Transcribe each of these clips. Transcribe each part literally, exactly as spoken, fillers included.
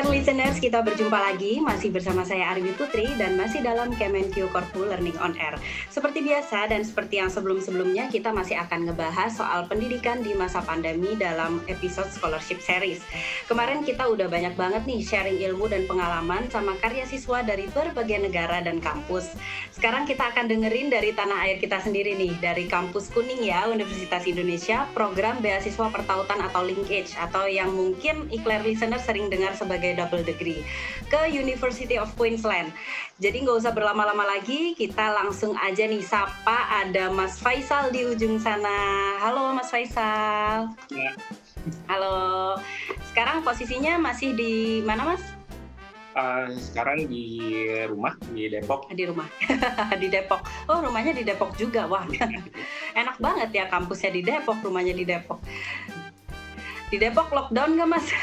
Dear listeners, kita berjumpa lagi, masih bersama saya Arwi Putri dan masih dalam Kemenq Korpu Learning on Air. Seperti biasa dan seperti yang sebelum-sebelumnya, kita masih akan ngebahas soal pendidikan di masa pandemi dalam episode Scholarship Series. Kemarin kita udah banyak banget nih sharing ilmu dan pengalaman sama karya siswa dari berbagai negara dan kampus. Sekarang kita akan dengerin dari tanah air kita sendiri nih, dari Kampus Kuning ya, Universitas Indonesia, program beasiswa pertautan atau linkage, atau yang mungkin Eclair listener sering dengar sebagai double degree, ke University of Queensland. Jadi nggak usah berlama-lama lagi, kita langsung aja nih sapa, ada Mas Faisal di ujung sana. Halo Mas Faisal. Ya. Halo. Sekarang posisinya masih di mana Mas? Uh, sekarang di rumah, di Depok. Di rumah, di Depok. Oh, rumahnya di Depok juga, wah. Enak banget ya kampusnya di Depok, rumahnya di Depok. Di Depok lockdown nggak Mas?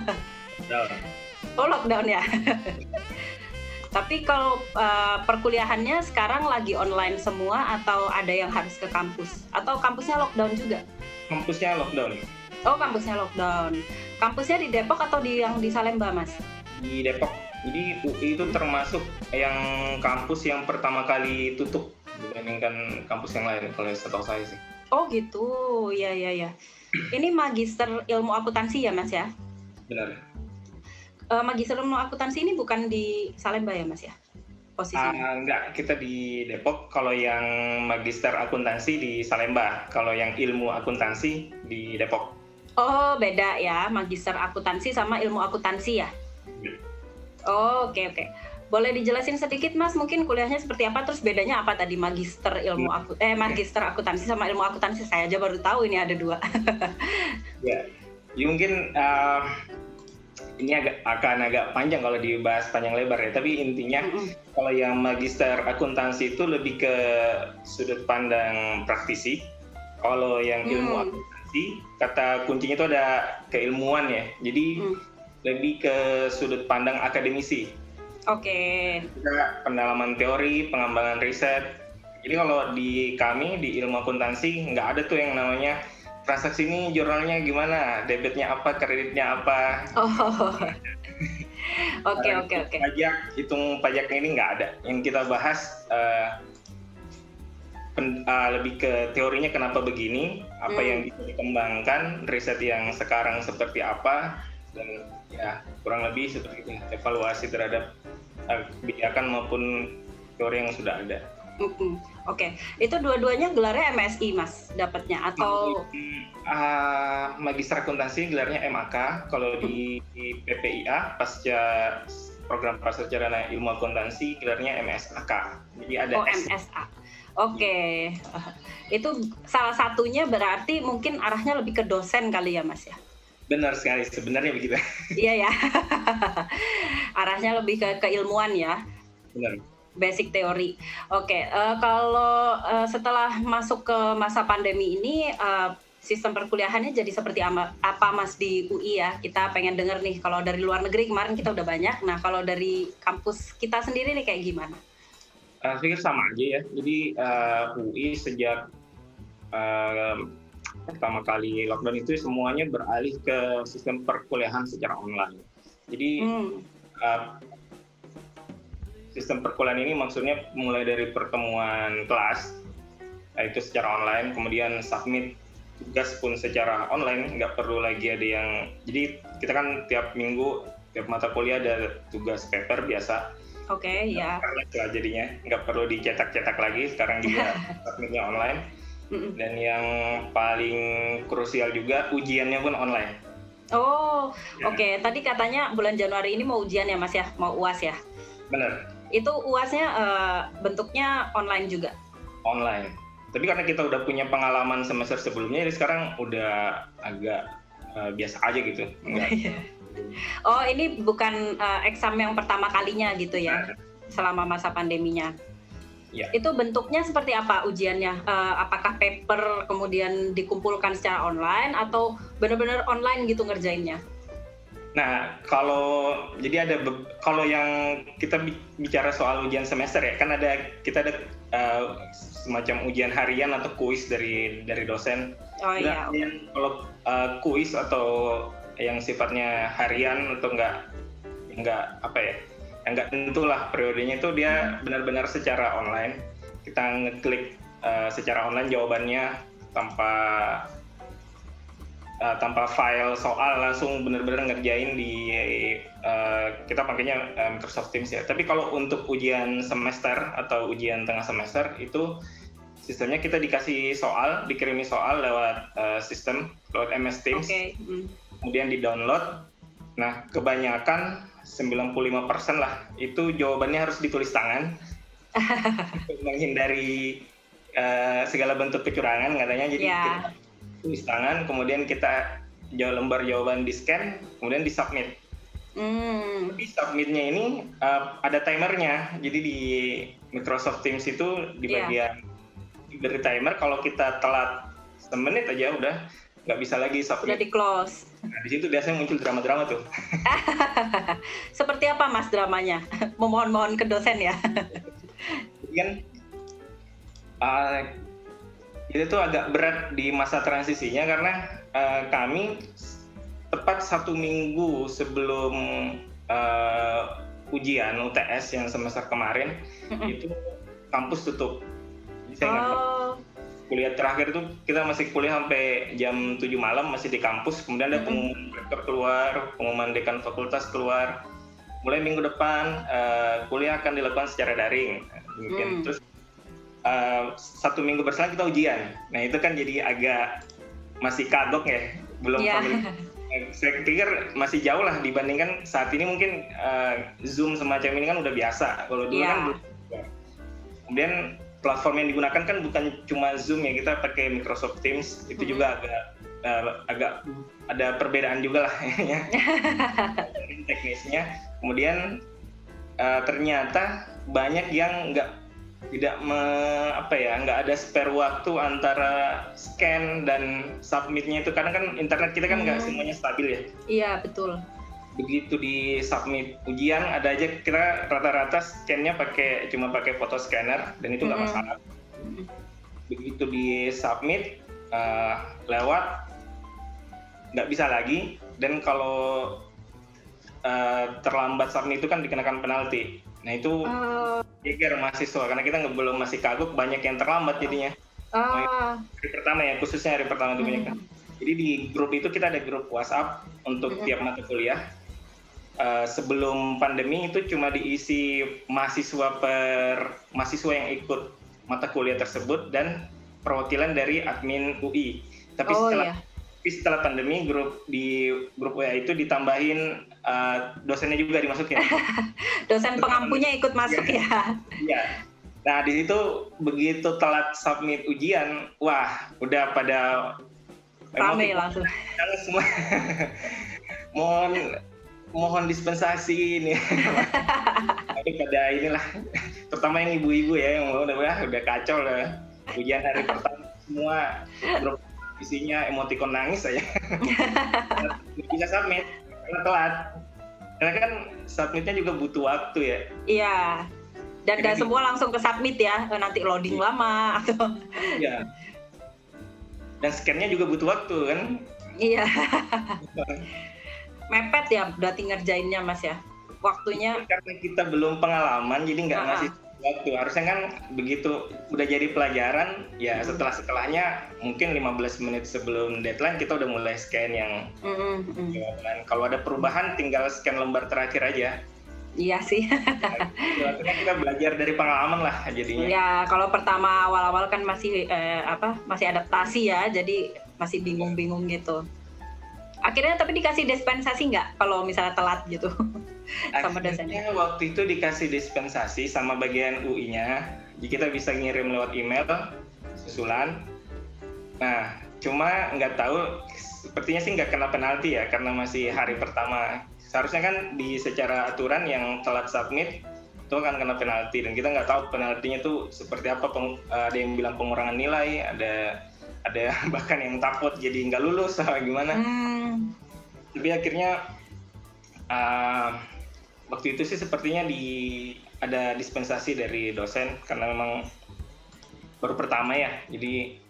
Oh, lockdown ya. Tapi kalau uh, perkuliahannya sekarang lagi online semua atau ada yang harus ke kampus? Atau kampusnya lockdown juga? Kampusnya lockdown. Oh, kampusnya lockdown. Kampusnya di Depok atau di yang di Salemba, Mas? Di Depok. Jadi U I itu termasuk yang kampus yang pertama kali tutup dibandingkan kampus yang lain kalau setahu saya sih. Oh gitu, ya ya ya. Ini magister ilmu akuntansi ya Mas ya? Benar. Uh, magister ilmu akuntansi ini bukan di Salemba ya Mas ya? Posisinya? Uh, enggak, kita di Depok. Kalau yang magister akuntansi di Salemba, kalau yang ilmu akuntansi di Depok. Oh beda ya, magister akuntansi sama ilmu akuntansi ya? Oh oke okay, oke. Okay. Boleh dijelasin sedikit Mas, mungkin kuliahnya seperti apa, terus bedanya apa tadi magister ilmu aku eh magister akuntansi sama ilmu akuntansi? Saya aja baru tahu ini ada dua. Ya, ya mungkin uh, ini agak akan agak panjang kalau dibahas panjang lebar ya, tapi intinya mm-hmm. kalau yang magister akuntansi itu lebih ke sudut pandang praktisi. Kalau yang ilmu mm. akuntansi, kata kuncinya itu ada keilmuan ya, jadi mm. lebih ke sudut pandang akademisi. Oke. Okay. Pendalaman teori, pengembangan riset. Jadi kalau di kami di ilmu akuntansi nggak ada tuh yang namanya transaksi ini jurnalnya gimana, debitnya apa, kreditnya apa. Oh. Oke oke oke. Pajak, hitung pajaknya ini nggak ada. Yang kita bahas uh, pen, uh, lebih ke teorinya kenapa begini, apa hmm. yang bisa dikembangkan, riset yang sekarang seperti apa, dan ya kurang lebih seperti itu, evaluasi terhadap uh, kebijakan maupun teori yang sudah ada. Mm-hmm. Oke, okay. Itu dua-duanya gelarnya M S I Mas dapatnya atau uh, magister akuntansi gelarnya M A K. Kalau di, di P P I A pasca program prasejarah ilmu akuntansi gelarnya M S A K. Jadi ada oh, S. M S A. Oke, okay. Itu salah satunya berarti mungkin arahnya lebih ke dosen kali ya Mas ya? Benar sekali, sebenarnya begitu. Iya ya, arahnya lebih ke keilmuan ya. Benar. Basic teori. Oke, okay, uh, kalau uh, setelah masuk ke masa pandemi ini, uh, sistem perkuliahannya jadi seperti ama, apa Mas di U I ya? Kita pengen denger nih, kalau dari luar negeri kemarin kita udah banyak, nah kalau dari kampus kita sendiri nih kayak gimana? Uh, saya pikir sama aja ya, jadi uh, U I sejak uh, pertama kali lockdown itu semuanya beralih ke sistem perkuliahan secara online. Jadi hmm. uh, sistem perkuliahan ini maksudnya mulai dari pertemuan kelas, itu secara online, kemudian submit tugas pun secara online, nggak perlu lagi ada yang, jadi kita kan tiap minggu, tiap mata kuliah ada tugas paper biasa. Oke, okay, ya. Lah jadinya, nggak perlu dicetak-cetak lagi, sekarang juga submitnya online. Dan yang paling krusial juga, ujiannya pun online. Oh, ya. Oke. Okay. Tadi katanya bulan Januari ini mau ujian ya Mas ya, mau U A S ya? Benar. Itu U A S-nya uh, bentuknya online juga? Online. Tapi karena kita udah punya pengalaman semester sebelumnya, jadi sekarang udah agak uh, biasa aja gitu. Enggak. Oh, ini bukan uh, eksam yang pertama kalinya gitu ya, nah. Selama masa pandeminya? Ya. Itu bentuknya seperti apa ujiannya? Uh, apakah paper kemudian dikumpulkan secara online atau benar-benar online gitu ngerjainnya? Nah, kalau jadi ada kalau yang kita bicara soal ujian semester ya, kan ada kita ada uh, semacam ujian harian atau kuis dari dari dosen. Oh iya. Okay. Kalau uh, kuis atau yang sifatnya harian atau enggak nggak apa ya, nggak tentu lah periodenya itu dia benar-benar secara online. Kita ngeklik uh, secara online jawabannya tanpa uh, tanpa file soal, langsung benar-benar ngerjain di uh, kita pakainya uh, Microsoft Teams ya. Tapi kalau untuk ujian semester atau ujian tengah semester itu sistemnya kita dikasih soal, dikirimi soal lewat uh, sistem lewat M S Teams, okay. mm. kemudian di-download. Nah, kebanyakan sembilan puluh lima persen lah itu jawabannya harus ditulis tangan untuk menghindari uh, segala bentuk kecurangan katanya. Jadi yeah. kita tulis tangan, kemudian kita jawab lembar jawaban di scan, kemudian di submit. Mm. Tapi submitnya ini uh, ada timernya. Jadi di Microsoft Teams itu di bagian yeah. dari timer, kalau kita telat semenit aja udah nggak bisa lagi submit. Udah di close. Nah, di situ biasanya muncul drama-drama tuh. Seperti apa mas dramanya? Memohon-mohon ke dosen ya? Kan uh, itu tuh agak berat di masa transisinya karena uh, kami tepat satu minggu sebelum uh, ujian U T S yang semester kemarin mm-hmm. itu kampus tutup. Jadi saya ingat oh. kuliah terakhir itu kita masih kuliah sampai jam tujuh malam masih di kampus, kemudian ada pengumuman rektor keluar, pengumuman dekan fakultas keluar, mulai minggu depan uh, kuliah akan dilakukan secara daring. Mungkin hmm. terus uh, satu minggu berselang kita ujian. Nah itu kan jadi agak masih kagok ya, belum yeah. familiar. Saya pikir masih jauh lah dibandingkan saat ini mungkin uh, Zoom semacam ini kan udah biasa. Kalau dulu yeah. kan belum. Kemudian platform yang digunakan kan bukan cuma Zoom ya, kita pakai Microsoft Teams. Itu hmm. juga agak uh, agak ada perbedaan juga lah ya. Teknisnya. Kemudian uh, ternyata banyak yang nggak tidak me, apa ya nggak ada spare waktu antara scan dan submitnya itu, karena kan internet kita kan nggak hmm. semuanya stabil ya. Iya betul. Begitu di submit ujian ada aja kita rata-rata scannya pakai cuma pakai foto scanner dan itu nggak hmm. masalah. Begitu di submit uh, lewat nggak bisa lagi, dan kalau uh, terlambat submit itu kan dikenakan penalti. Nah itu uh. geger mahasiswa karena kita nggak belum masih kagok, banyak yang terlambat jadinya. Uh. Hari pertama ya, khususnya hari pertama itu hmm. banyak kan. Jadi di grup itu kita ada grup WhatsApp untuk hmm. tiap mata kuliah. Uh, sebelum pandemi itu cuma diisi mahasiswa per mahasiswa yang ikut mata kuliah tersebut dan perwakilan dari admin U I. Tapi oh, setelah iya. tapi setelah pandemi grup di grup W A itu ditambahin uh, dosennya juga dimasukin. Dosen pengampunya ikut masuk ya. Iya. Nah di situ begitu telat submit ujian, wah udah pada rame langsung. Semua mohon mohon dispensasi ini. Tapi pada inilah, terutama yang ibu-ibu ya yang udah udah kacau lah ujian hari pertama, semua grup isinya emoticon nangis aja. Bisa submit karena telat. Karena kan submitnya juga butuh waktu ya. Iya. Dan nggak semua langsung ke submit ya, nanti loading iya. lama atau. Iya. Dan scan-nya juga butuh waktu kan. Iya. Mepet ya berarti ngerjainnya mas ya, waktunya. Karena kita belum pengalaman jadi nggak ngasih waktu. Harusnya kan begitu udah jadi pelajaran ya, mm. setelah setelahnya mungkin lima belas menit sebelum deadline kita udah mulai scan yang mm -hmm. Kalau ada perubahan tinggal scan lembar terakhir aja. Iya sih. Ya, kita belajar dari pengalaman lah jadinya. Ya kalau pertama awal-awal kan masih eh, apa masih adaptasi ya, jadi masih bingung-bingung gitu. Akhirnya tapi dikasih dispensasi nggak kalau misalnya telat gitu sama dosennya? Waktu itu dikasih dispensasi sama bagian U I-nya, jadi kita bisa ngirim lewat email susulan. Nah, cuma nggak tahu, sepertinya sih nggak kena penalti ya karena masih hari pertama. Seharusnya kan di secara aturan yang telat submit itu akan kena penalti, dan kita nggak tahu penaltinya tuh seperti apa. Peng, ada yang bilang pengurangan nilai, ada ada bahkan yang takut jadi nggak lulus atau gimana. Hmm. Tapi akhirnya uh, waktu itu sih sepertinya di ada dispensasi dari dosen karena memang baru pertama ya, jadi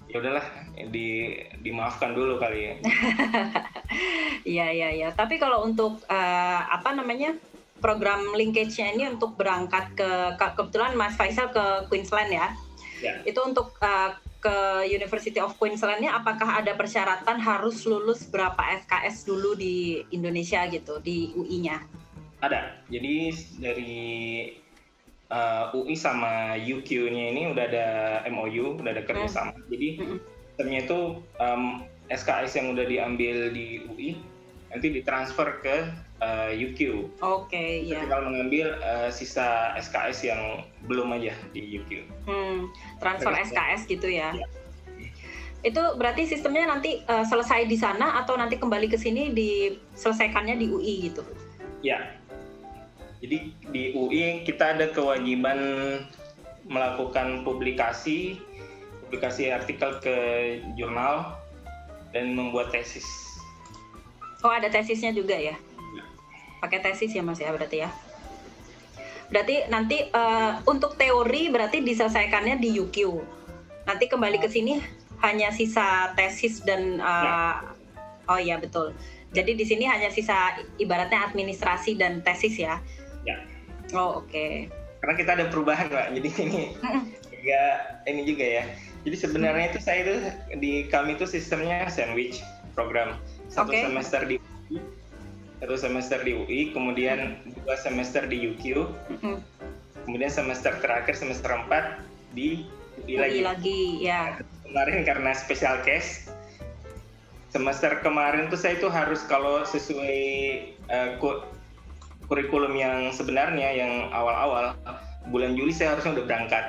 ya udahlah, di dimaafkan dulu kali ya. Iya iya iya. Tapi kalau untuk uh, apa namanya program linkage-nya ini untuk berangkat ke, ke kebetulan Mas Faisal ke Queensland ya. Ya. Itu untuk uh, ke University of Queensland-nya apakah ada persyaratan harus lulus berapa S K S dulu di Indonesia gitu, di U I-nya? Ada. Jadi dari uh, U I sama U Q-nya ini udah ada M O U, udah ada kerjasama. Hmm. Jadi sistemnya itu um, S K S yang udah diambil di U I nanti ditransfer ke uh, U Q. Oke, okay, ya. Tinggal mengambil uh, sisa S K S yang belum aja di U Q. Hmm, transfer Terus, S K S gitu ya. ya. Itu berarti sistemnya nanti uh, selesai di sana atau nanti kembali ke sini diselesaikannya di U I gitu? Ya. Jadi di U I kita ada kewajiban melakukan publikasi, publikasi artikel ke jurnal dan membuat tesis. Oh, ada tesisnya juga ya? Ya. Pakai tesis ya Mas ya berarti ya? Berarti nanti uh, untuk teori berarti diselesaikannya di U Q. Nanti kembali ke sini hanya sisa tesis dan uh, ya. Oh iya betul. Jadi di sini hanya sisa ibaratnya administrasi dan tesis ya? Ya. Oh oke. Okay. Karena kita ada perubahan Mbak, jadi ini juga ini juga ya. Jadi sebenarnya itu saya itu di kami itu sistemnya sandwich program. Satu okay. semester di U I, satu semester di U I, kemudian dua semester di U Q, mm-hmm. kemudian semester terakhir semester empat di U I, U I lagi. lagi ya. Kemarin karena special case, semester kemarin tuh saya itu harus kalau sesuai uh, kurikulum yang sebenarnya yang awal-awal bulan Juli saya harusnya udah berangkat.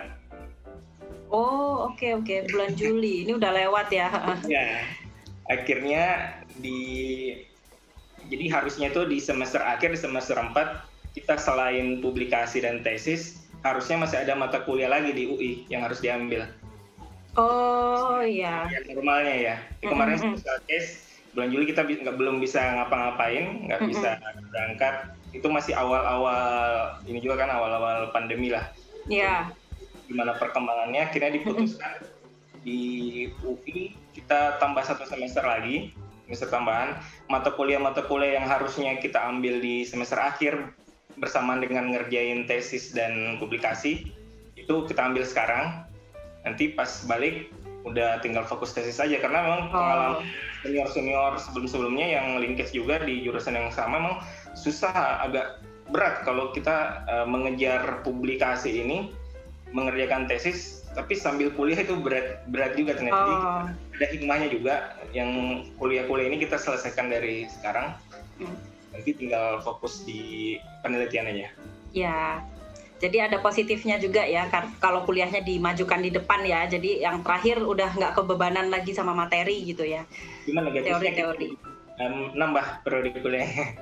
Oh oke okay, oke okay. Bulan Juli ini udah lewat ya. Ya. Akhirnya di jadi harusnya itu di semester akhir di semester empat kita selain publikasi dan tesis harusnya masih ada mata kuliah lagi di U I yang harus diambil. Oh iya. Ya, normalnya ya. Jadi kemarin mm-hmm. special case bulan Juli kita nggak belum bisa ngapa-ngapain, nggak mm-hmm. bisa berangkat. Itu masih awal-awal ini juga kan awal-awal pandemi lah. Iya. Yeah. Gimana perkembangannya akhirnya diputuskan mm-hmm. di U I kita tambah satu semester lagi. Semester tambahan, mata kuliah-mata kuliah yang harusnya kita ambil di semester akhir bersamaan dengan ngerjain tesis dan publikasi, itu kita ambil sekarang. Nanti pas balik, udah tinggal fokus tesis aja, karena memang pengalaman senior-senior sebelum-sebelumnya yang linkage juga di jurusan yang sama, memang susah, agak berat kalau kita uh, mengejar publikasi ini, mengerjakan tesis, tapi sambil kuliah itu berat berat juga ternyata. Oh. Jadi ada hikmahnya juga yang kuliah-kuliah ini kita selesaikan dari sekarang. Hmm. Nanti tinggal fokus di penelitian aja. Ya. Jadi ada positifnya juga ya kalau kuliahnya dimajukan di depan ya. Jadi yang terakhir udah nggak kebebanan lagi sama materi gitu ya. Gimana negatifnya? Teori-teori. Um, nambah periode kuliahnya.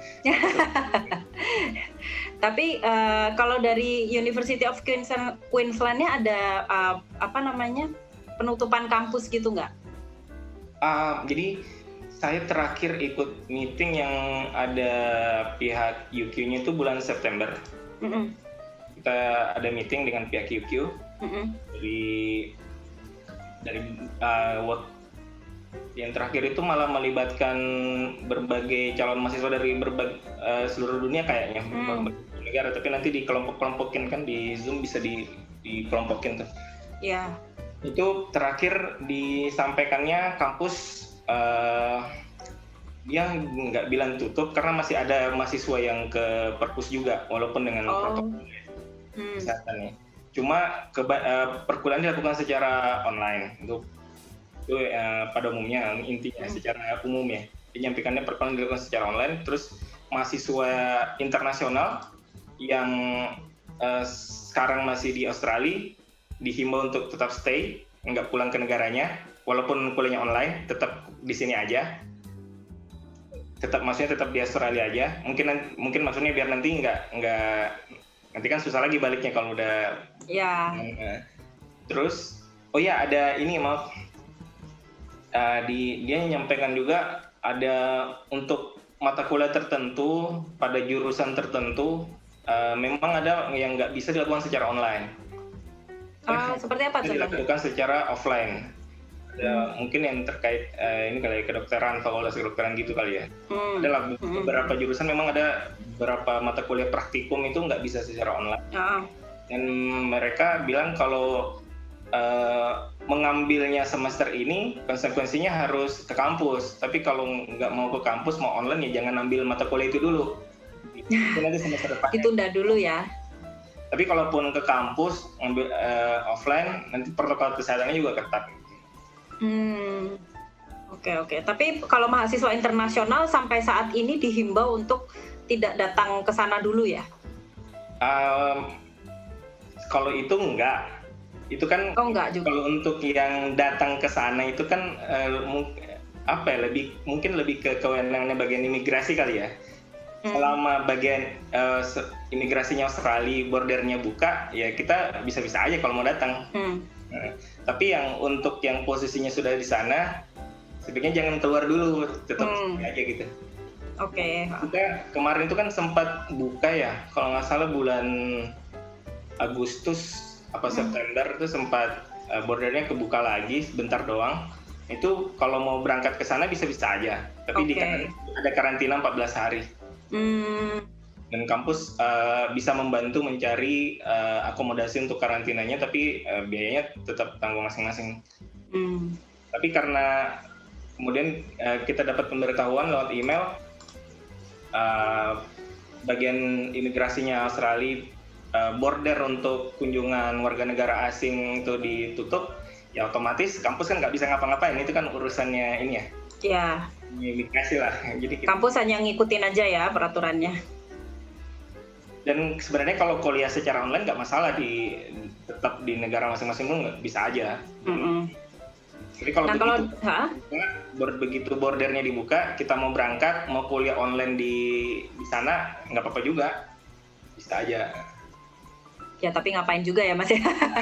Tapi uh, kalau dari University of Queensland, Queensland-nya ada uh, apa namanya penutupan kampus gitu nggak? Uh, jadi saya terakhir ikut meeting yang ada pihak U Q-nya itu bulan September. Mm-hmm. Kita ada meeting dengan pihak U Q mm-hmm. dari dari uh, work yang terakhir itu malah melibatkan berbagai calon mahasiswa dari berbagai uh, seluruh dunia kayaknya hmm. berbagai negara, tapi nanti dikelompok-kelompokin kan di Zoom bisa di dikelompokin tuh. Iya. Yeah. Itu terakhir disampaikannya kampus uh, dia nggak bilang tutup karena masih ada mahasiswa yang ke perpus juga walaupun dengan oh. protokol hmm. kesehatannya. Cuma keba- uh, perkuliahan dilakukan secara online untuk itu uh, pada umumnya intinya hmm. secara umum ya penyampaikannya perkuliahan dilakukan secara online. Terus mahasiswa internasional yang uh, sekarang masih di Australia dihimbau untuk tetap stay, nggak pulang ke negaranya walaupun kuliahnya online, tetap di sini aja, tetap maksudnya tetap di Australia aja. Mungkin mungkin maksudnya biar nanti nggak nggak nanti kan susah lagi baliknya kalau udah ya. Uh, terus oh ya ada ini maaf Uh, di, dia menyampaikan juga ada untuk mata kuliah tertentu pada jurusan tertentu uh, memang ada yang nggak bisa dilakukan secara online. Uh, seperti apa? Dilakukan secara offline. Ya, mungkin yang terkait uh, ini kali ya, kedokteran, fakultas kedokteran gitu kali ya. Hmm. Ada beberapa jurusan memang ada beberapa mata kuliah praktikum itu nggak bisa secara online. Uh. Dan mereka bilang kalau uh, mengambilnya semester ini konsekuensinya harus ke kampus. Tapi kalau nggak mau ke kampus, mau online ya jangan ambil mata kuliah itu dulu. Itu nanti semester depan. Ditunda dulu ya. Tapi kalaupun ke kampus ngambil uh, offline, nanti protokol kesehatannya juga ketat. Hmm, oke okay, oke. Okay. Tapi kalau mahasiswa internasional sampai saat ini dihimbau untuk tidak datang ke sana dulu ya? Um, kalau itu enggak, itu kan. Oh enggak juga. Kalau untuk yang datang ke sana itu kan uh, apa ya? Lebih mungkin lebih ke kewenangannya bagian imigrasi kali ya. Hmm. Selama bagian uh, imigrasinya Australia bordernya buka, ya kita bisa-bisa aja kalau mau datang. Hmm. Nah, tapi yang untuk yang posisinya sudah di sana, sebaiknya jangan keluar dulu, tetap hmm. aja gitu. Oke. Okay. Kita kemarin itu kan sempat buka ya, kalau nggak salah bulan Agustus apa hmm. September itu sempat uh, bordernya kebuka lagi sebentar doang. Itu kalau mau berangkat ke sana bisa-bisa aja, tapi okay. di, ada karantina empat belas hari. Hmm. Dan kampus uh, bisa membantu mencari uh, akomodasi untuk karantinanya, tapi uh, biayanya tetap tanggung masing-masing. Mm. Tapi karena kemudian uh, kita dapat pemberitahuan lewat email, uh, bagian imigrasinya Australia, uh, border untuk kunjungan warga negara asing itu ditutup, ya otomatis kampus kan nggak bisa ngapa-ngapain, itu kan urusannya ini ya. Iya. Yeah. Imigrasi lah. Jadi kita... kampus hanya ngikutin aja ya peraturannya. Dan sebenarnya kalau kuliah secara online nggak masalah, di tetap di negara masing-masing pun nggak bisa aja. Mm-hmm. Jadi kalau nah, begitu, kalau, begitu bordernya dibuka, kita mau berangkat, mau kuliah online di di sana nggak apa-apa juga, bisa aja. Ya tapi ngapain juga ya Mas ya?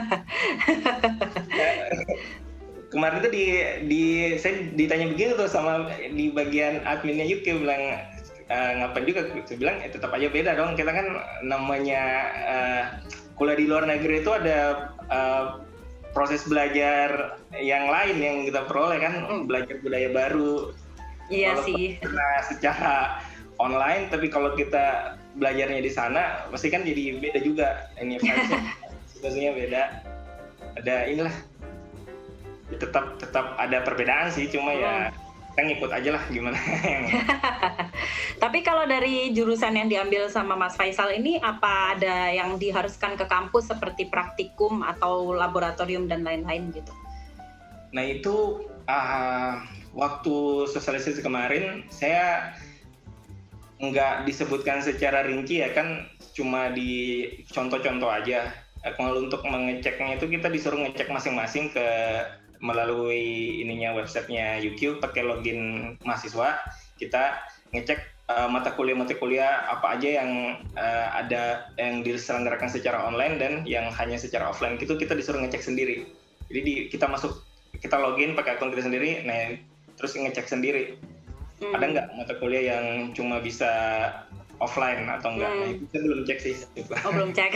Kemarin tuh di di saya ditanya begitu tuh sama di bagian adminnya U K, bilang Uh, ngapain juga, saya bilang eh, tetap aja beda dong, kita kan namanya uh, kuliah di luar negeri itu ada uh, proses belajar yang lain yang kita peroleh kan, hmm. belajar budaya baru. Iya sih. Karena secara online, tapi kalau kita belajarnya di sana pasti kan jadi beda juga, ini situasinya beda, ada inilah, ya, tetap tetap ada perbedaan sih, cuma hmm. ya kita ngikut aja lah gimana. Tapi kalau dari jurusan yang diambil sama Mas Faisal ini, apa ada yang diharuskan ke kampus seperti praktikum atau laboratorium dan lain-lain gitu? Nah itu uh, waktu sosialisasi kemarin saya nggak disebutkan secara rinci ya kan, cuma di contoh-contoh aja. Kalau untuk mengeceknya itu kita disuruh ngecek masing-masing ke melalui ininya websitenya U Q, pakai login mahasiswa, kita ngecek uh, mata kuliah-mata kuliah apa aja yang uh, ada yang diselenggarakan secara online dan yang hanya secara offline, gitu kita disuruh ngecek sendiri. Jadi di, kita masuk, kita login pakai akun kita sendiri, nah terus ngecek sendiri. Hmm. Ada nggak mata kuliah yang cuma bisa offline atau enggak? Hmm. Nah, itu saya belum cek sih. Oh belum cek.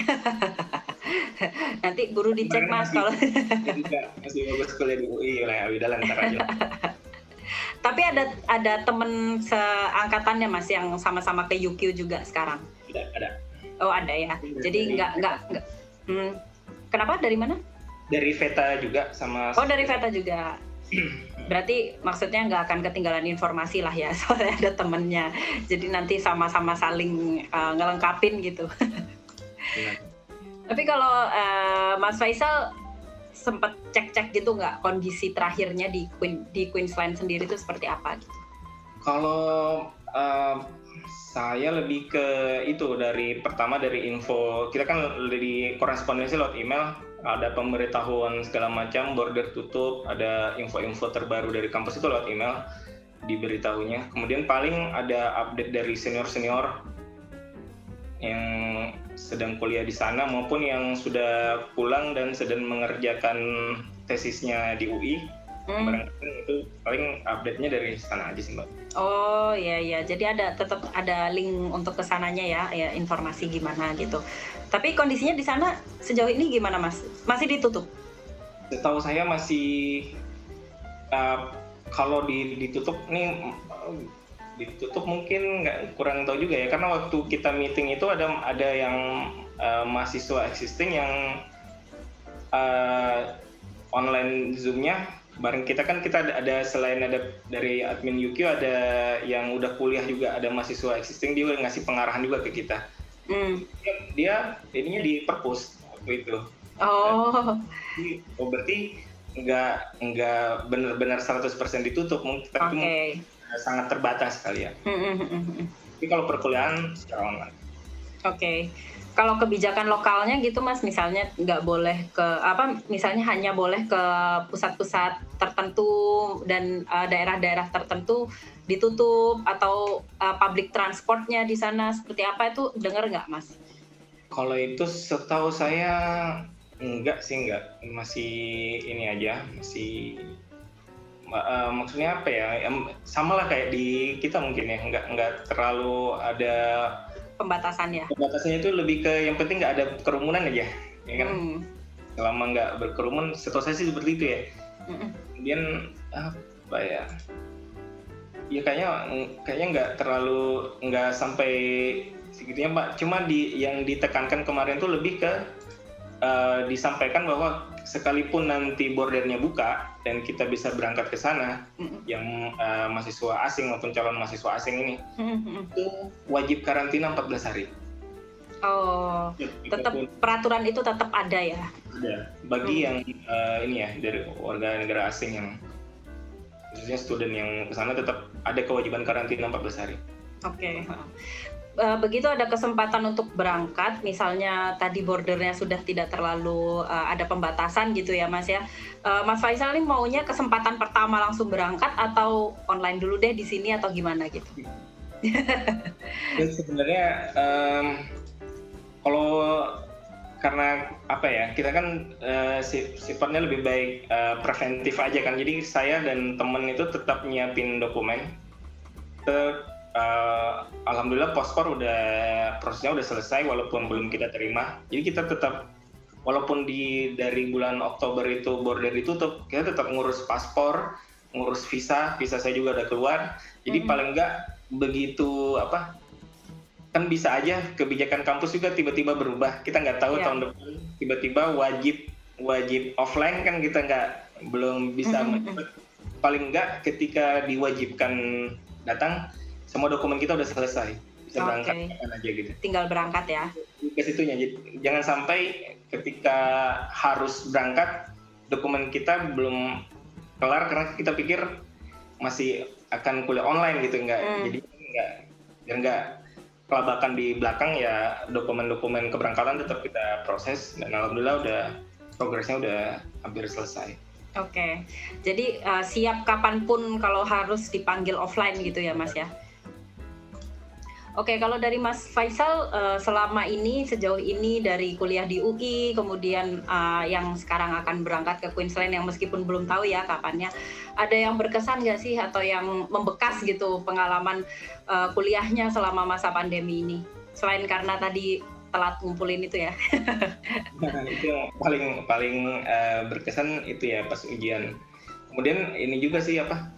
Nanti buru dicek Mas kalau. Masih bagus kuliah di U I oleh Awida ntar aja. Tapi ada ada temen seangkatannya Mas yang sama-sama ke U Q juga sekarang? Ada, ada. Oh ada ya. Jadi nggak nggak nggak. Hmm. Kenapa? Dari mana? Dari Veta juga sama. Oh dari Veta juga. Berarti maksudnya nggak akan ketinggalan informasi lah ya, soalnya ada temennya. Jadi nanti sama-sama saling uh, ngelengkapin gitu. Ya. Tapi kalau uh, Mas Faisal sempat cek-cek gitu nggak kondisi terakhirnya di Queen, di Queensland sendiri itu seperti apa gitu? Kalau uh, saya lebih ke itu, dari pertama dari info, kita kan di korespondensi lewat email, ada pemberitahuan segala macam, border tutup, ada info-info terbaru dari kampus itu lewat email diberitahunya. Kemudian paling ada update dari senior-senior yang sedang kuliah di sana maupun yang sudah pulang dan sedang mengerjakan tesisnya di U I. Hmm. Barangkali itu paling update-nya dari sana aja sih Mbak. Oh iya iya, jadi ada tetap ada link untuk kesananya ya, ya informasi gimana gitu. Tapi kondisinya di sana sejauh ini gimana Mas? Masih ditutup? Setahu saya masih uh, kalau di, ditutup nih ditutup mungkin nggak, kurang tahu juga ya, karena waktu kita meeting itu ada ada yang uh, mahasiswa existing yang uh, online Zoom-nya bareng kita, kan kita ada, ada selain ada dari admin U Q, ada yang udah kuliah juga, ada mahasiswa existing, dia ngasih pengarahan juga ke kita. Mm. Dia, dia ininya di perpus waktu itu. Oh. Jadi, oh berarti nggak nggak benar-benar seratus persen ditutup, tapi okay. sangat terbatas kali ya. Mm-hmm. Tapi kalau perkuliahan secara online. Oke. Okay. Kalau kebijakan lokalnya gitu Mas, misalnya nggak boleh ke apa, misalnya hanya boleh ke pusat-pusat tertentu dan uh, daerah-daerah tertentu ditutup, atau uh, public transportnya di sana seperti apa, itu dengar nggak Mas? Kalau itu setahu saya enggak sih, enggak, masih ini aja, masih uh, maksudnya apa ya, sama lah kayak di kita mungkin ya, enggak enggak terlalu ada pembatasan ya. Pembatasannya itu lebih ke yang penting nggak ada kerumunan aja, ya kan? Hmm. Selama nggak berkerumun, setahu saya sih seperti itu ya. Hmm. Kemudian apa ya? Ya kayaknya kayaknya nggak terlalu, nggak sampai segitunya Pak. Cuma di yang ditekankan kemarin tuh lebih ke uh, disampaikan bahwa sekalipun nanti bordernya buka dan kita bisa berangkat ke sana, mm-hmm. yang uh, mahasiswa asing maupun calon mahasiswa asing ini, mm-hmm. itu wajib karantina empat belas hari. Oh, ya, tetap pun, peraturan itu tetap ada ya? Ada. Bagi mm. yang uh, ini ya, dari warga negara asing yang khususnya student yang ke sana, tetap ada kewajiban karantina empat belas hari. Oke. Okay. Begitu ada kesempatan untuk berangkat, misalnya tadi bordernya sudah tidak terlalu uh, ada pembatasan gitu ya Mas ya. Uh, Mas Faisal ini maunya kesempatan pertama langsung berangkat atau online dulu deh di sini atau gimana gitu? Sebenarnya um, kalau karena apa ya, kita kan uh, sifatnya lebih baik uh, preventif aja kan. Jadi saya dan temen itu tetap nyiapin dokumen. Ter- Uh, Alhamdulillah pospor udah prosesnya udah selesai walaupun belum kita terima. Jadi kita tetap, walaupun di dari bulan Oktober itu border ditutup, kita tetap ngurus paspor, ngurus visa, visa saya juga udah keluar. Jadi mm-hmm. paling enggak begitu apa, kan bisa aja kebijakan kampus juga tiba-tiba berubah. Kita nggak tahu yeah. tahun depan tiba-tiba wajib wajib offline, kan kita nggak belum bisa. Mm-hmm. Paling enggak ketika diwajibkan datang, semua dokumen kita udah selesai, bisa berangkat okay. kapan aja gitu. Tinggal berangkat ya. Ke situnya, jangan sampai ketika harus berangkat dokumen kita belum kelar karena kita pikir masih akan kuliah online gitu, enggak. Hmm. Jadi enggak, biar enggak kelabakan di belakang ya, dokumen-dokumen keberangkatan tetap kita proses, dan alhamdulillah udah progresnya udah hampir selesai. Oke, okay. Jadi uh, siap kapanpun kalau harus dipanggil offline gitu ya Mas ya. Oke, okay, kalau dari Mas Faisal, uh, selama ini, sejauh ini dari kuliah di U I, kemudian uh, yang sekarang akan berangkat ke Queensland yang meskipun belum tahu ya kapannya, ada yang berkesan nggak sih atau yang membekas gitu pengalaman uh, kuliahnya selama masa pandemi ini? Selain karena tadi telat ngumpulin itu ya. Nah, itu yang paling paling uh, berkesan itu ya pas ujian. Kemudian ini juga sih apa?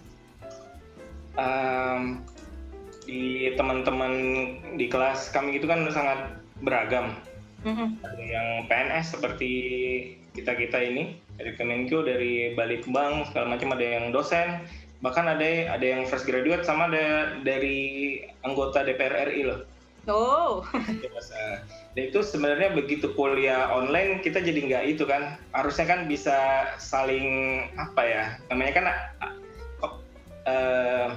Um, di teman-teman di kelas kami itu kan sangat beragam. Mm-hmm. Ada yang P N S seperti kita-kita ini, dari Kemenkyu, dari Balitbang, segala macam, ada yang dosen, bahkan ada ada yang fresh graduate, sama ada dari anggota D P R R I loh. Oh. Dan itu sebenarnya begitu kuliah online kita jadi nggak itu kan, harusnya kan bisa saling apa ya, namanya kan uh,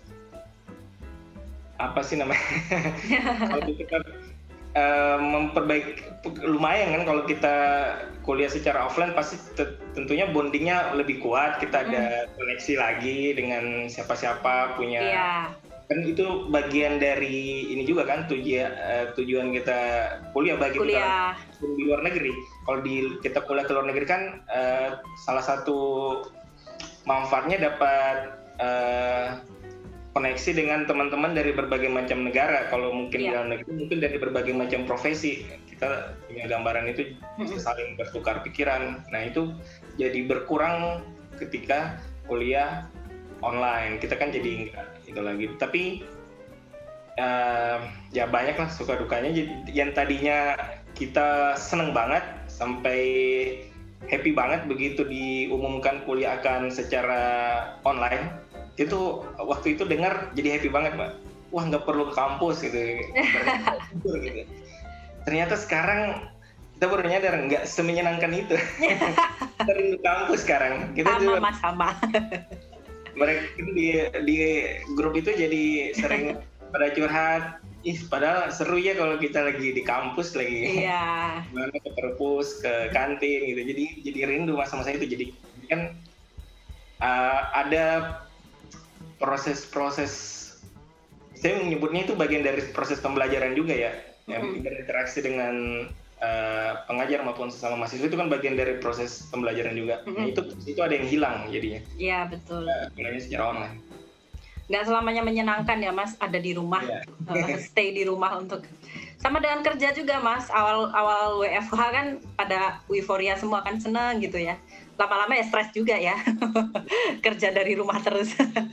apa sih namanya? Kalau kita uh, memperbaiki, lumayan kan kalau kita kuliah secara offline pasti t- tentunya bondingnya lebih kuat, kita ada mm. koneksi lagi dengan siapa-siapa, punya yeah. Kan itu bagian dari ini juga kan, tujuan uh, tujuan kita kuliah bagi kuliah. Kita di luar negeri. Kalau di kita kuliah ke luar negeri kan uh, salah satu manfaatnya dapat uh, koneksi dengan teman-teman dari berbagai macam negara. Kalau mungkin yeah. di dalam negeri mungkin dari berbagai macam profesi, kita punya gambaran itu bisa saling bertukar pikiran. Nah itu jadi berkurang ketika kuliah online. Kita kan jadi enggak itu lagi. Tapi uh, ya banyak lah suka dukanya. Yang tadinya kita seneng banget sampai happy banget begitu diumumkan kuliah akan secara online. Itu waktu itu dengar jadi happy banget, Mbak. Wah, nggak perlu ke kampus gitu. gitu. Ternyata sekarang kita baru nyadar nggak semenyenangkan itu. Sering ke kampus sekarang. Kita sama, juga, Mas, sama. Mereka di di grup itu jadi sering pada curhat. Ih, padahal seru ya kalau kita lagi di kampus lagi. Iya. Mana ke perpus, ke kantin gitu. Jadi jadi rindu masa-masa itu. Jadi kan uh, ada proses-proses, saya menyebutnya itu bagian dari proses pembelajaran juga ya, mm-hmm. yang berinteraksi dengan uh, pengajar maupun sesama mahasiswa itu kan bagian dari proses pembelajaran juga. Mm-hmm. Nah, itu itu ada yang hilang jadinya. Iya betul. Mulainya uh, secara online. Nggak selamanya menyenangkan ya Mas, ada di rumah, yeah. uh, stay di rumah untuk. Sama dengan kerja juga Mas, awal-awal W F H kan pada euforia semua kan seneng gitu ya. Lama-lama ya stres juga ya, kerja dari rumah terus.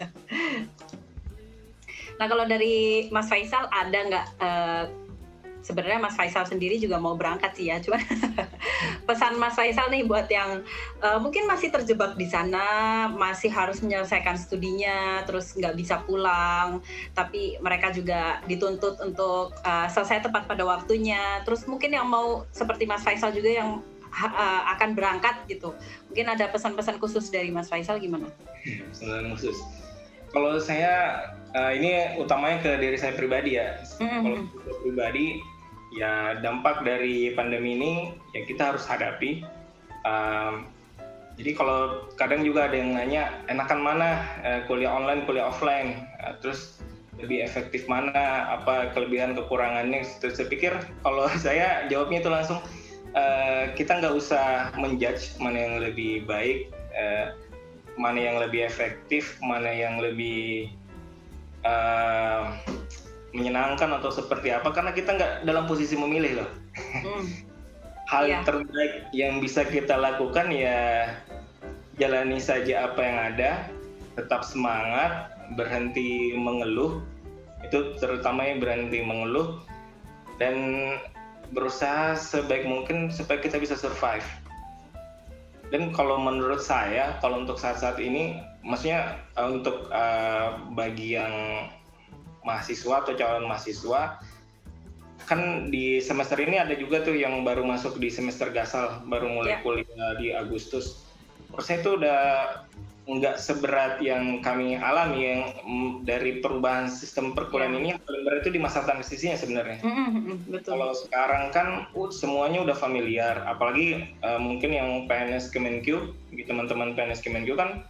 Nah kalau dari Mas Faisal ada nggak, uh, sebenarnya Mas Faisal sendiri juga mau berangkat sih ya, cuma pesan Mas Faisal nih buat yang uh, mungkin masih terjebak di sana, masih harus menyelesaikan studinya, terus nggak bisa pulang, tapi mereka juga dituntut untuk uh, selesai tepat pada waktunya, terus mungkin yang mau seperti Mas Faisal juga yang uh, akan berangkat gitu, mungkin ada pesan-pesan khusus dari Mas Faisal gimana? Pesan khusus. Kalau saya uh, ini utamanya ke diri saya pribadi ya. Mm-hmm. Kalau saya pribadi ya dampak dari pandemi ini ya kita harus hadapi. Um, jadi kalau kadang juga ada yang nanya enakan mana uh, kuliah online, kuliah offline, uh, terus lebih efektif mana, apa kelebihan kekurangannya. Terus saya pikir kalau saya jawabnya itu langsung uh, kita nggak usah menjudge mana yang lebih baik. Uh, mana yang lebih efektif, mana yang lebih uh, menyenangkan atau seperti apa, karena kita nggak dalam posisi memilih loh. Mm. Hal yeah. terbaik yang bisa kita lakukan ya jalani saja apa yang ada, tetap semangat, berhenti mengeluh, itu terutamanya berhenti mengeluh, dan berusaha sebaik mungkin supaya kita bisa survive. Dan kalau menurut saya, kalau untuk saat-saat ini, maksudnya uh, untuk uh, bagi yang mahasiswa atau calon mahasiswa, kan di semester ini ada juga tuh yang baru masuk di semester gasal, baru mulai yeah. kuliah di Agustus. Menurut saya itu udah nggak seberat yang kami alami, yang mm, dari perubahan sistem perkuliahan yeah. ini yang paling berat itu di masa transisinya sebenarnya. Mm-hmm, betul. Kalau sekarang kan uh, semuanya udah familiar, apalagi uh, mungkin yang P N S Kemenkyu, teman-teman P N S Kemenkyu kan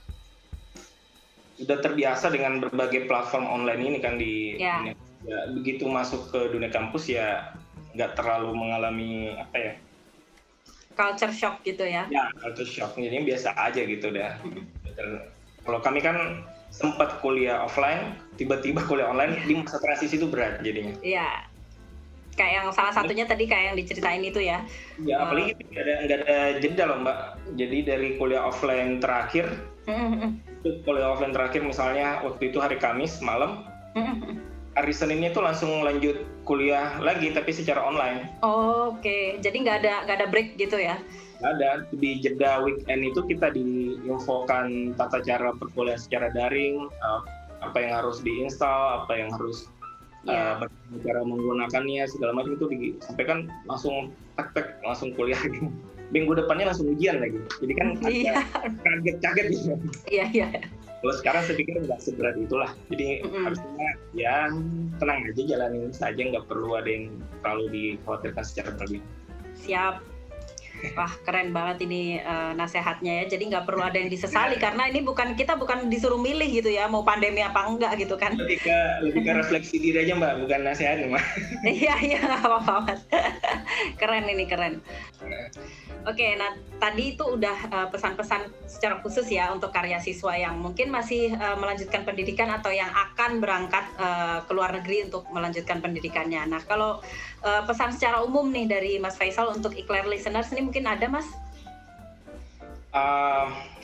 udah terbiasa dengan berbagai platform online ini kan di yeah. dunia, ya, begitu masuk ke dunia kampus ya nggak terlalu mengalami apa ya, culture shock gitu ya? Ya, culture shock, jadi biasa aja gitu dah. Mm-hmm. Kalau kami kan sempat kuliah offline, tiba-tiba kuliah online, di masa transisi itu berat jadinya. Iya, kayak yang salah satunya tadi kayak yang diceritain itu ya. Ya, apalagi nggak uh, ada nggak ada jeda loh Mbak. Jadi dari kuliah offline terakhir, mm-hmm. itu kuliah offline terakhir misalnya waktu itu hari Kamis malam, mm-hmm. hari Seninnya itu langsung lanjut kuliah lagi tapi secara online. Oh, oke, okay. Jadi nggak ada nggak ada break gitu ya? Ada, di jeda weekend itu kita diinfokan tata cara perkuliahan secara daring, uh, apa yang harus diinstal, apa yang harus yeah. uh, cara menggunakannya, segala macam itu disampaikan langsung tek-tek langsung kuliah gitu. Minggu depannya langsung ujian lagi, jadi kan yeah. kaget-kaget gitu. Iya, iya. Kalau sekarang saya pikir nggak seberat itulah, jadi mm-hmm. harusnya ya tenang aja, jalanin saja, nggak perlu ada yang terlalu dikhawatirkan secara berlebihan. Siap. Wah, keren banget ini uh, nasihatnya ya. Jadi nggak perlu ada yang disesali karena ini bukan kita bukan disuruh milih gitu ya, mau pandemi apa enggak gitu kan. Lebih ke lebih ke refleksi diri aja Mbak, bukan nasihat Mbak. Iya iya nggak apa-apa Mas. Keren ini keren. Oke, nah tadi itu udah uh, pesan-pesan secara khusus ya untuk karya siswa yang mungkin masih uh, melanjutkan pendidikan atau yang akan berangkat uh, ke luar negeri untuk melanjutkan pendidikannya. Nah kalau uh, pesan secara umum nih dari Mas Faisal untuk Eclair listeners ini mungkin ada Mas? Uh,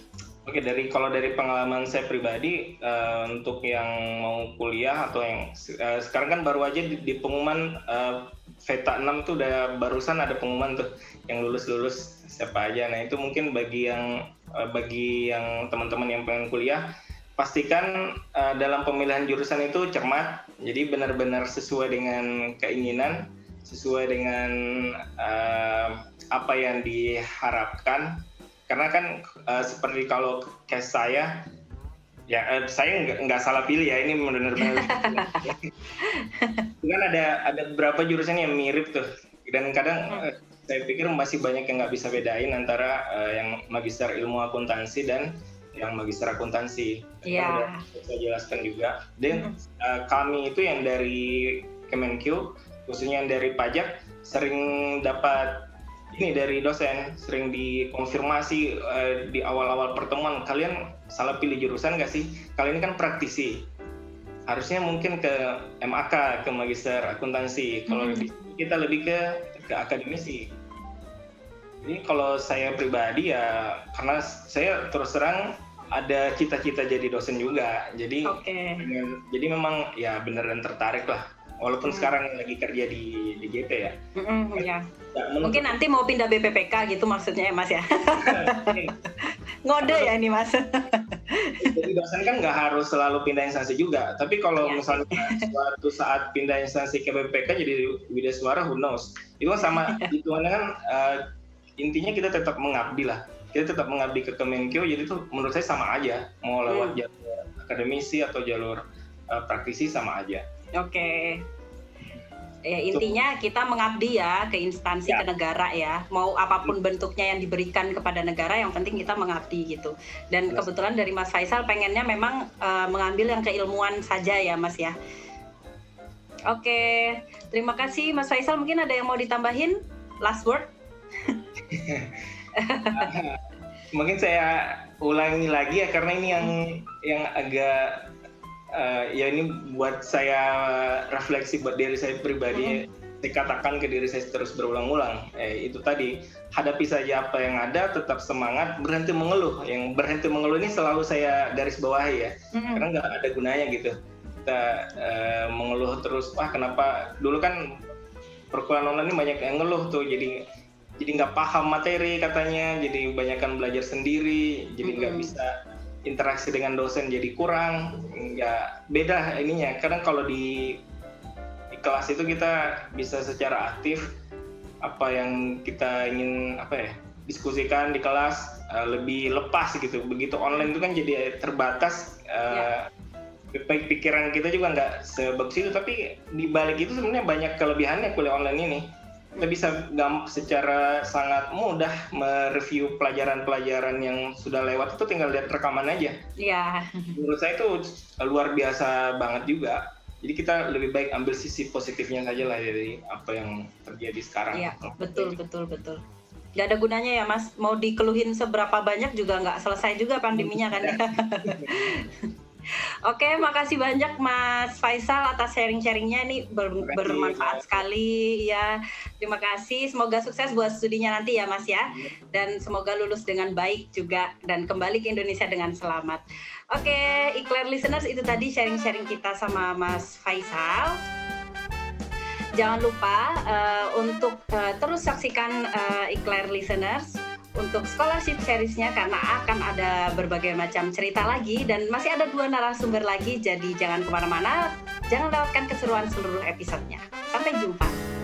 Oke, dari kalau dari pengalaman saya pribadi, uh, untuk yang mau kuliah atau yang uh, sekarang kan baru aja di, di pengumuman uh, VETA enam tuh udah barusan ada pengumuman tuh yang lulus-lulus siapa aja. Nah itu mungkin bagi yang uh, bagi yang teman-teman yang pengen kuliah, pastikan uh, dalam pemilihan jurusan itu cermat, jadi benar-benar sesuai dengan keinginan, sesuai dengan uh, apa yang diharapkan. Karena kan uh, seperti kalau case saya, ya uh, saya nggak nggak salah pilih ya, ini benar-benar kan ada ada beberapa jurusan yang mirip tuh, dan kadang uh, saya pikir masih banyak yang nggak bisa bedain antara uh, yang magister ilmu akuntansi dan yang magister akuntansi. Iya. Yeah. Saya jelaskan juga. Dan uh, kami itu yang dari Kemenkyu, khususnya yang dari pajak, sering dapat ini dari dosen, sering dikonfirmasi uh, di awal-awal pertemuan, kalian salah pilih jurusan nggak sih? Kalian ini kan praktisi, harusnya mungkin ke M A K, ke magister akuntansi. Kalau hmm. kita lebih ke ke akademisi. Jadi kalau saya pribadi ya, karena saya terus terang ada cita-cita jadi dosen juga, jadi okay. jadi memang ya beneran tertarik lah. Walaupun hmm. sekarang lagi kerja di, di G P ya. Mm-hmm, ya. Mungkin nanti mau pindah B P P K gitu maksudnya ya Mas ya. Ngode ya ini Mas. Jadi dosen kan nggak harus selalu pindah instansi juga. Tapi kalau ya, misalnya suatu saat pindah instansi ke B P P K jadi widasuara, who knows. Itu kan sama, hitungannya kan uh, intinya kita tetap mengabdi lah. Kita tetap mengabdi ke Kemenkyu, jadi itu menurut saya sama aja. Mau lewat hmm. jalur akademisi atau jalur uh, praktisi sama aja. Oke, okay. Ya intinya kita mengabdi ya ke instansi, ya. Ke negara ya. Mau apapun bentuknya yang diberikan kepada negara, yang penting kita mengabdi gitu. Dan yes. Kebetulan dari Mas Faisal pengennya memang uh, mengambil yang keilmuan saja ya Mas ya. Oke, okay. Terima kasih Mas Faisal. Mungkin ada yang mau ditambahin? Last word? Mungkin saya ulangi lagi ya, karena ini yang yang agak Uh, ya ini buat saya refleksi buat diri saya pribadi, mm-hmm. dikatakan ke diri saya terus berulang-ulang, eh, itu tadi, hadapi saja apa yang ada, tetap semangat, berhenti mengeluh. Yang berhenti mengeluh ini selalu saya garis bawahi ya, mm-hmm. karena nggak ada gunanya gitu kita uh, mengeluh terus. Wah kenapa dulu kan perkuliahan online ini banyak yang ngeluh tuh, jadi jadi nggak paham materi katanya, jadi banyakkan belajar sendiri, jadi nggak mm-hmm. bisa interaksi dengan dosen, jadi kurang. Nggak beda ininya, kadang kalau di, di kelas itu kita bisa secara aktif apa yang kita ingin apa ya diskusikan di kelas uh, lebih lepas gitu. Begitu online itu kan jadi terbatas, uh, ya. Pikiran kita juga nggak sebagus itu, tapi di balik itu sebenarnya banyak kelebihannya kuliah online ini. Kita bisa secara sangat mudah mereview pelajaran-pelajaran yang sudah lewat, itu tinggal lihat rekaman aja. Iya. Menurut saya itu luar biasa banget juga. Jadi kita lebih baik ambil sisi positifnya saja lah dari apa yang terjadi sekarang. Iya, betul, betul, betul. Gak ada gunanya ya Mas, mau dikeluhin seberapa banyak juga nggak selesai juga pandeminya kan ya. Oke, makasih banyak Mas Faisal atas sharing-sharingnya, ini ber- bermanfaat sekali ya. Terima kasih, semoga sukses buat studinya nanti ya Mas ya. Dan semoga lulus dengan baik juga dan kembali ke Indonesia dengan selamat. Oke, Ikler listeners, itu tadi sharing-sharing kita sama Mas Faisal. Jangan lupa uh, untuk uh, terus saksikan uh, Ikler listeners untuk scholarship seriesnya, karena akan ada berbagai macam cerita lagi dan masih ada dua narasumber lagi, jadi jangan kemana-mana, jangan lewatkan keseruan seluruh episodenya. Sampai jumpa.